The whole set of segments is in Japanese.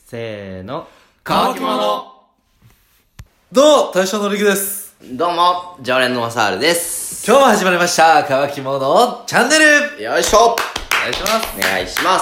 せーの、 乾き物。どうも大将のりくです。 どうも、常連のマサールです。 今日も始まりました乾き物チャンネル。 よいしょ。 お願いします。 お願いします。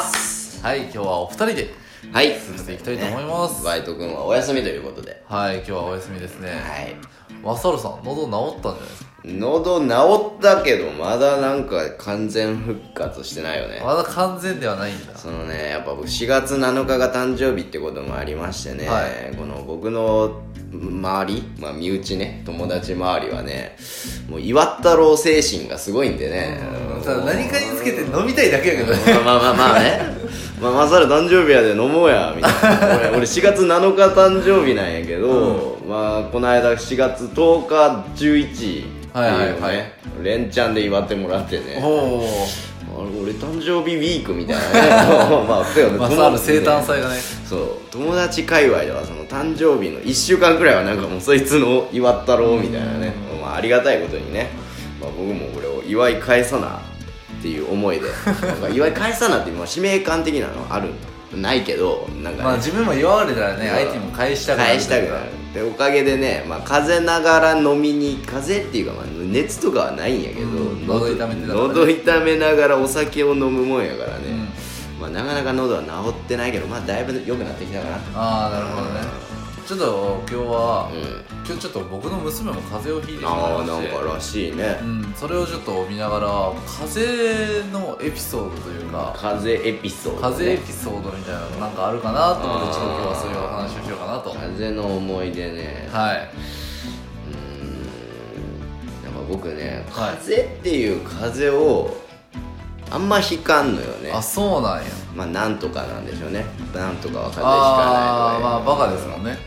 はい、今日はお二人ではい進めていきたいと思います。 バイト君はお休みということで。 はい、今日はお休みですね。 はい。 マサルさん、喉治ったんじゃないですか？ 喉治ったけど、まだなんか完全復活してないよね。 まだ完全ではないんだ。 そのね、やっぱ僕4月7日が誕生日ってこともありましてね、 はい、 この僕の周り、身内ね、友達周りはね、もう岩太郎精神がすごいんでね。 ただ何かにつけて飲みたいだけやけどね。 まあね。マサル誕生日やで飲もうや、みたいな。俺4月7日誕生日なんやけど、この間4月10日11っていうね、連チャンで祝ってもらってね。俺誕生日ウィークみたいなね。そうよね。 マサール生誕祭がね。 そう、友達界隈ではその誕生日の1週間くらいはなんかもうそいつの祝ったろうみたいなね。ありがたいことにね、僕もこれを祝い返さなっていう思いでなんか祝い返さなっていう使命感的なのあるないけど、なんか、ね、 自分も祝われたらね、相手にも返したくなるで、おかげでね、風邪ながら飲みに、風邪っていうか、熱とかはないんやけど、 喉痛めてたからね、 喉痛めながらお酒を飲むもんやからね、なかなか喉は治ってないけど、だいぶ良くなってきたかな。 ああ、なるほどね。ちょっと今日は、今日ちょっと僕の娘も風邪をひいてしまいまして、 なんからしいね。 それをちょっと見ながら風邪のエピソードというか、 風邪エピソード、 風邪エピソードみたいなのなんかあるかなと思って、ちょっと今日はそういうお話をしようかなと。 風邪の思い出ね。 はい。 なんか僕ね、風邪っていう風邪をあんまひかんのよね。 あ、そうなんや。 なんとかなんでしょうね。なんとかは風邪ひかないとか。 バカですもんね。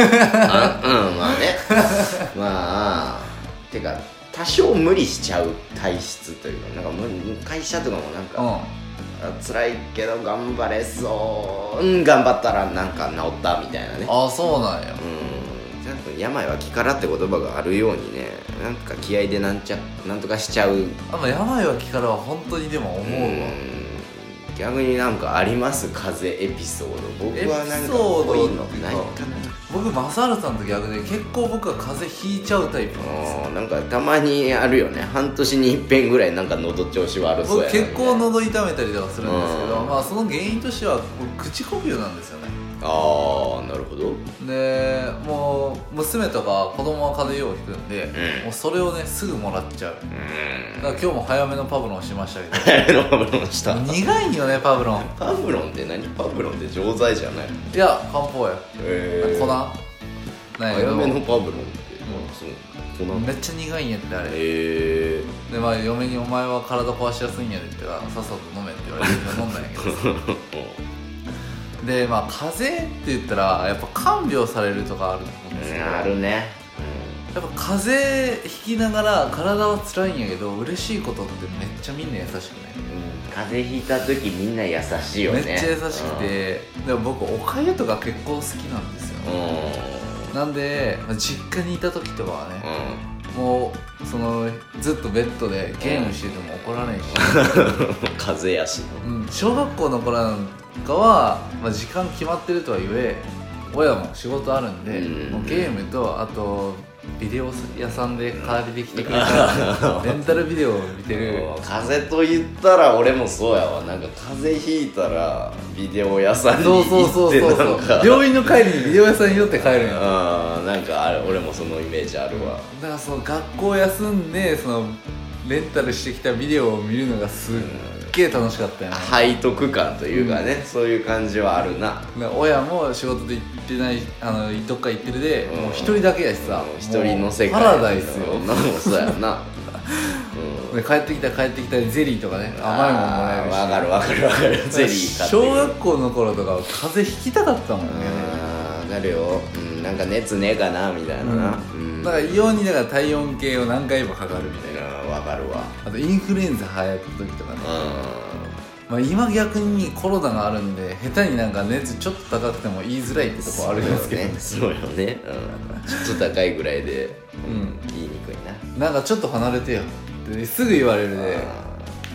てか多少無理しちゃう体質というか、なんか会社とかもなんか、辛いけど頑張れそう、頑張ったらなんか治ったみたいなね。 あ、そうなんや。 ちゃんと病は気からって言葉があるようにね、なんか気合でなんとかしちゃう。 病は気からは本当にでも思うわ。 逆になんかあります？風邪エピソード。僕はなんかこういうのないかな。 僕マサールさんと逆で結構僕は風邪ひいちゃうタイプなんですよ。 なんかたまにあるよね。半年に一遍ぐらいなんか喉調子悪そうやな、 僕結構喉痛めたりとかするんですけど、その原因としては口呼吸なんですよね。 なるほど。 でもう娘とか子供は風邪をひくんで、もうそれをねすぐもらっちゃう。だから今日も早めのパブロンしましたけど。 早めのパブロンした。 苦いよねパブロン。 パブロンって何？パブロンって錠剤じゃない？ いや、漢方や。粉なんやけど。 早めのパブロンってそう粉めっちゃ苦いんやってあれ。 で嫁にお前は体壊しやすいんやでって言ったらさっさと飲めって言われて飲んだんやけどで風邪って言ったらやっぱ看病されるとかあると思うんですけど、 あるね。 やっぱ風邪ひきながら体は辛いんやけど、嬉しいことってめっちゃみんな優しくない？ 風邪ひいた時みんな優しいよね。 めっちゃ優しくて、でも僕おかゆとか結構好きなんですよ。なんで実家にいた時とかはね、もうずっとベッドでゲームしてても怒らないし、 風邪やし、 小学校の頃なんかは、時間決まってるとはいえ親も仕事あるんで、もうゲームとあとビデオ屋さんで借りてきてくれたレンタルビデオを見てる。 風邪と言ったら俺もそうやわ。なんか風邪ひいたらビデオ屋さんに行ってなんか病院の帰りにビデオ屋さんに寄って帰るんや。 なんかあれ俺もそのイメージあるわ。 だから学校休んでレンタルしてきたビデオを見るのがすっげえ楽しかったよね。 背徳感というかね、そういう感じはあるな。 親も仕事で行ってないどっか行ってるで、もう一人だけやしさ、 一人の世界パラダイスよ。 そうやな。 帰ってきたゼリーとかね、甘いもんもらえるし。 わかるゼリー買って。 小学校の頃とか風邪ひきたかったもんね。 わかるよ。なんか熱ねえかなみたいなな。 だから異様に体温計を何回も測るみたいな。 わかるわ。 あとインフルエンザ流行った時とかね。今逆にコロナがあるんで下手になんか熱ちょっと高くても言いづらいってとこあるんですけど、 そうよね。ちょっと高いぐらいで言いにくいな。 なんかちょっと離れてよってすぐ言われるで、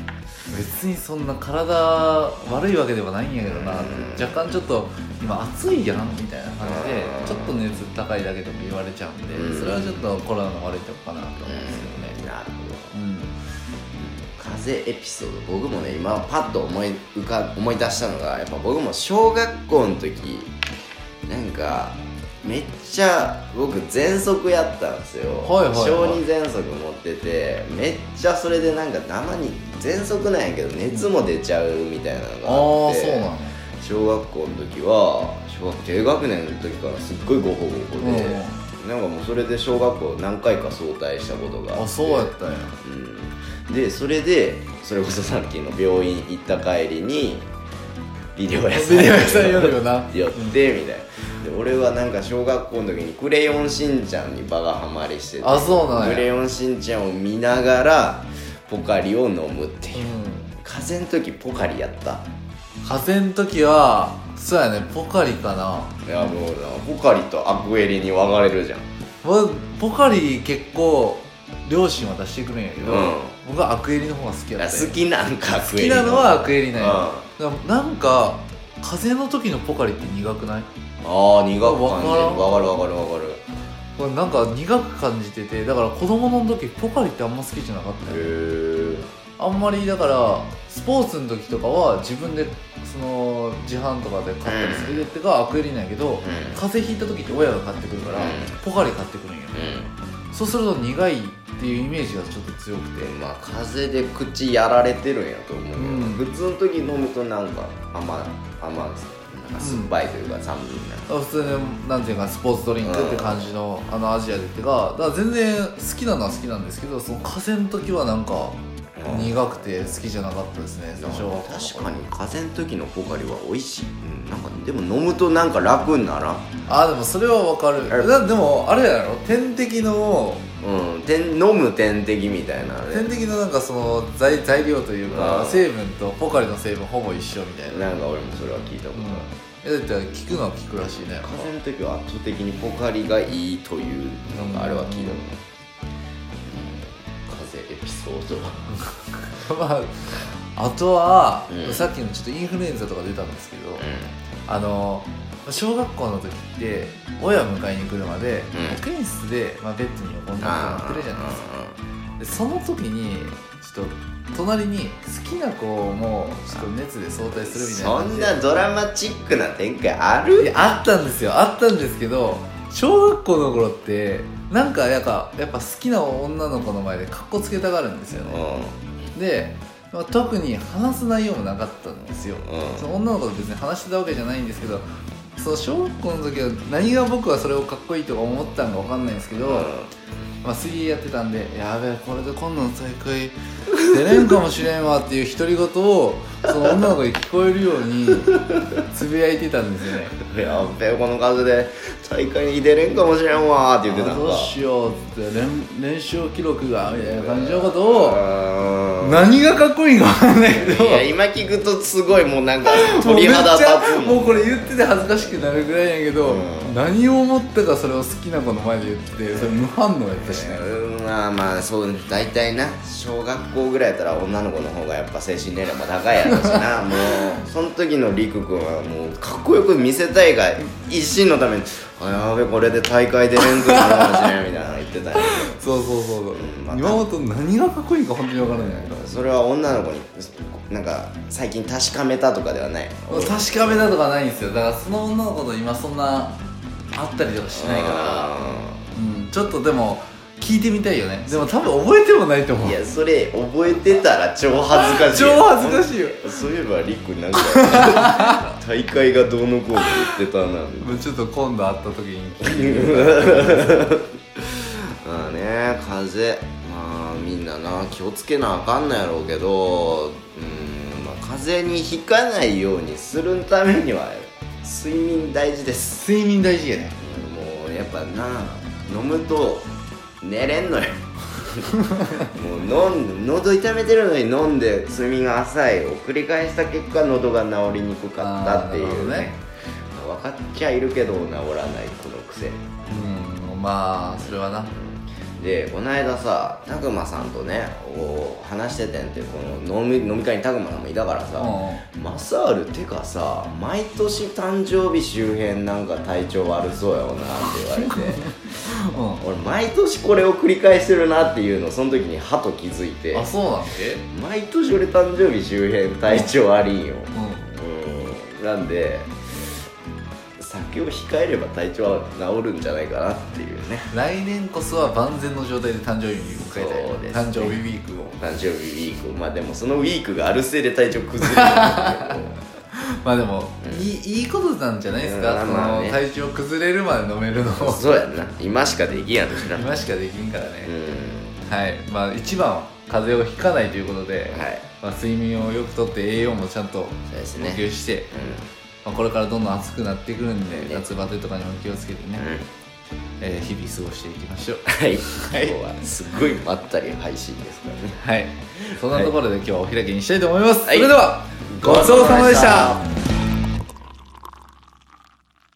別にそんな体悪いわけではないんやけどな、若干ちょっと今暑いやんみたいな感じでちょっと熱高いだけとか言われちゃうんで、それはちょっとコロナの悪いとこかなと思うんですけどね。 なるほど、風邪エピソード、僕もね今パッと思い出したのが、やっぱ僕も小学校の時なんかめっちゃ僕喘息やったんですよ、小児喘息持ってて、めっちゃそれでなんか生に喘息なんやけど熱も出ちゃうみたいなのがあって、 そうなの。 小学校の時は小学低学年の時からすっごいゴホゴホで、なんかもうそれで小学校何回か早退したことがあって、 そうやったんや。 でそれこそさっきの病院行った帰りにビデオ屋さん寄るよな寄ってみたいな。で俺はなんか小学校の時にクレヨンしんちゃんにバカハマりしてて、 そうなんや。 クレヨンしんちゃんを見ながらポカリを飲むっていう、風邪の時ポカリやった？ 風邪の時はそうやね、ポカリかな。 いやもうポカリとアクエリに分かれるじゃん。 ポカリ結構両親は出してくるんやけど、僕はアクエリの方が好きやった。 好きなんかアクエリ好きなのはアクエリなんや。なんか風邪の時のポカリって苦くない？ 苦く感じる。分かるこれなんか苦く感じてて、だから子供の時ポカリってあんま好きじゃなかったよ。あんまり。だからスポーツの時とかは自分でその自販とかで買ったりするってがアクエリなんやけど、風邪ひいた時って親が買ってくるから、ポカリ買ってくるんよ。そうすると苦いっていうイメージがちょっと強くて、 風邪で口やられてるんやと思うけど、普通の時飲むとなんか甘酸っぱいというか酸味になる。 普通になんていうかスポーツドリンクって感じの味やでってが、だから全然好きなのは好きなんですけど、その風邪の時はなんか苦くて好きじゃなかったですね。 確かに風邪の時のポカリは美味しい、なんかでも飲むとなんか楽にならん？ でもそれはわかる。でもあれやろ、点滴の飲む点滴みたいな、 点滴のなんかその材料というか成分とポカリの成分ほぼ一緒みたいな。 なんか俺もそれは聞いたことある。 だって効くのは効くらしいね。 風邪の時は圧倒的にポカリがいいというのがあれは聞いたことある。風邪エピソードあとは、さっきのちょっとインフルエンザとか出たんですけど、小学校の時って親迎えに来るまで保健室で、ベッドに横になってるじゃないですか。でその時にちょっと隣に好きな子もちょっと熱で早退するみたいな感じで。 そんなドラマチックな展開ある？ あったんですよ。あったんですけど、小学校の頃ってなんかやっぱ好きな女の子の前でカッコつけたがるんですよね。で特に話す内容もなかったんですよ。その女の子と別に話してたわけじゃないんですけど、その小学校の時は何が僕はそれをかっこいいとか思ったのか分かんないんですけど、水泳やってたんで、やべえこれで今度の大会出れんかもしれんわっていう独り言をその女の子に聞こえるようにつぶやいてたんですよね。 やっべえこの風で大会に出れんかもしれんわって言ってたんだ。 どうしようっつって連勝記録がみたいな感じのことを、何がかっこいいか分かんないけど、 いや今聞くとすごいもうなんか鳥肌立つもうこれ言ってて恥ずかしくなるぐらいやけど、何を思ったかそれを好きな子の前で言ってて、それ無反応やったしね。 そう大体な小学校ぐらいやったら女の子の方がやっぱ精神年齢も高いやろしなもうその時のりく君はもうかっこよく見せたいが一心のためにやべこれで大会出れんくなるかもしれんみたいなの言ってたんやけどそう、今思うと何がかっこいいか本当に分からない。 それは女の子になんか最近確かめたとかではない？ 確かめたとかないんですよ。だからその女の子と今そんな会ったりとかしないから、ちょっとでも聞いてみたいよね。でも多分覚えてもないと思う。 いやそれ覚えてたら超恥ずかしい超恥ずかしいよ。 そういえばりくなんか大会がどうのこうの言ってたなちょっと今度会った時に聞いてみるまあね風邪みんなな気をつけなあかんのやろうけど風邪にひかないようにするためには睡眠大事です。 睡眠大事やね。 もうやっぱな飲むと寝れんのよもう喉痛めてるのに飲んで睡眠が浅いを繰り返した結果喉が治りにくかったっていうね。分かっちゃいるけど治らないこの癖。 まあそれはな。 でこの間さたくまさんとね話しててんって、この飲み会にたくまさんもいたからさ、マサールてかさ毎年誕生日周辺なんか体調悪そうやよなって言われて俺毎年これを繰り返してるなっていうのをその時にはと気づいて、 あ、そうなんけ？ 毎年俺誕生日周辺体調悪いんよ、なんで酒を控えれば体調は治るんじゃないかなっていうね。 来年こそは万全の状態で誕生日に迎えたい、ね、誕生日ウィークを。 誕生日ウィーク、まあでもそのウィークがあるせいで体調崩れるんだけどまあでも、いいことなんじゃないですか、その体調崩れるまで飲めるのをそうやんな、今しかできんやとしな、 今しかできんからね。はい、まあ一番は風邪をひかないということで、まあ、睡眠をよくとって栄養もちゃんと補給して、まあ、これからどんどん暑くなってくるんで、夏バテとかにも気をつけてね、日々過ごしていきましょう。はい、今日はすごいまったり配信ですからね。はい、そんなところで今日はお開きにしたいと思います。それではごちそうさまでした。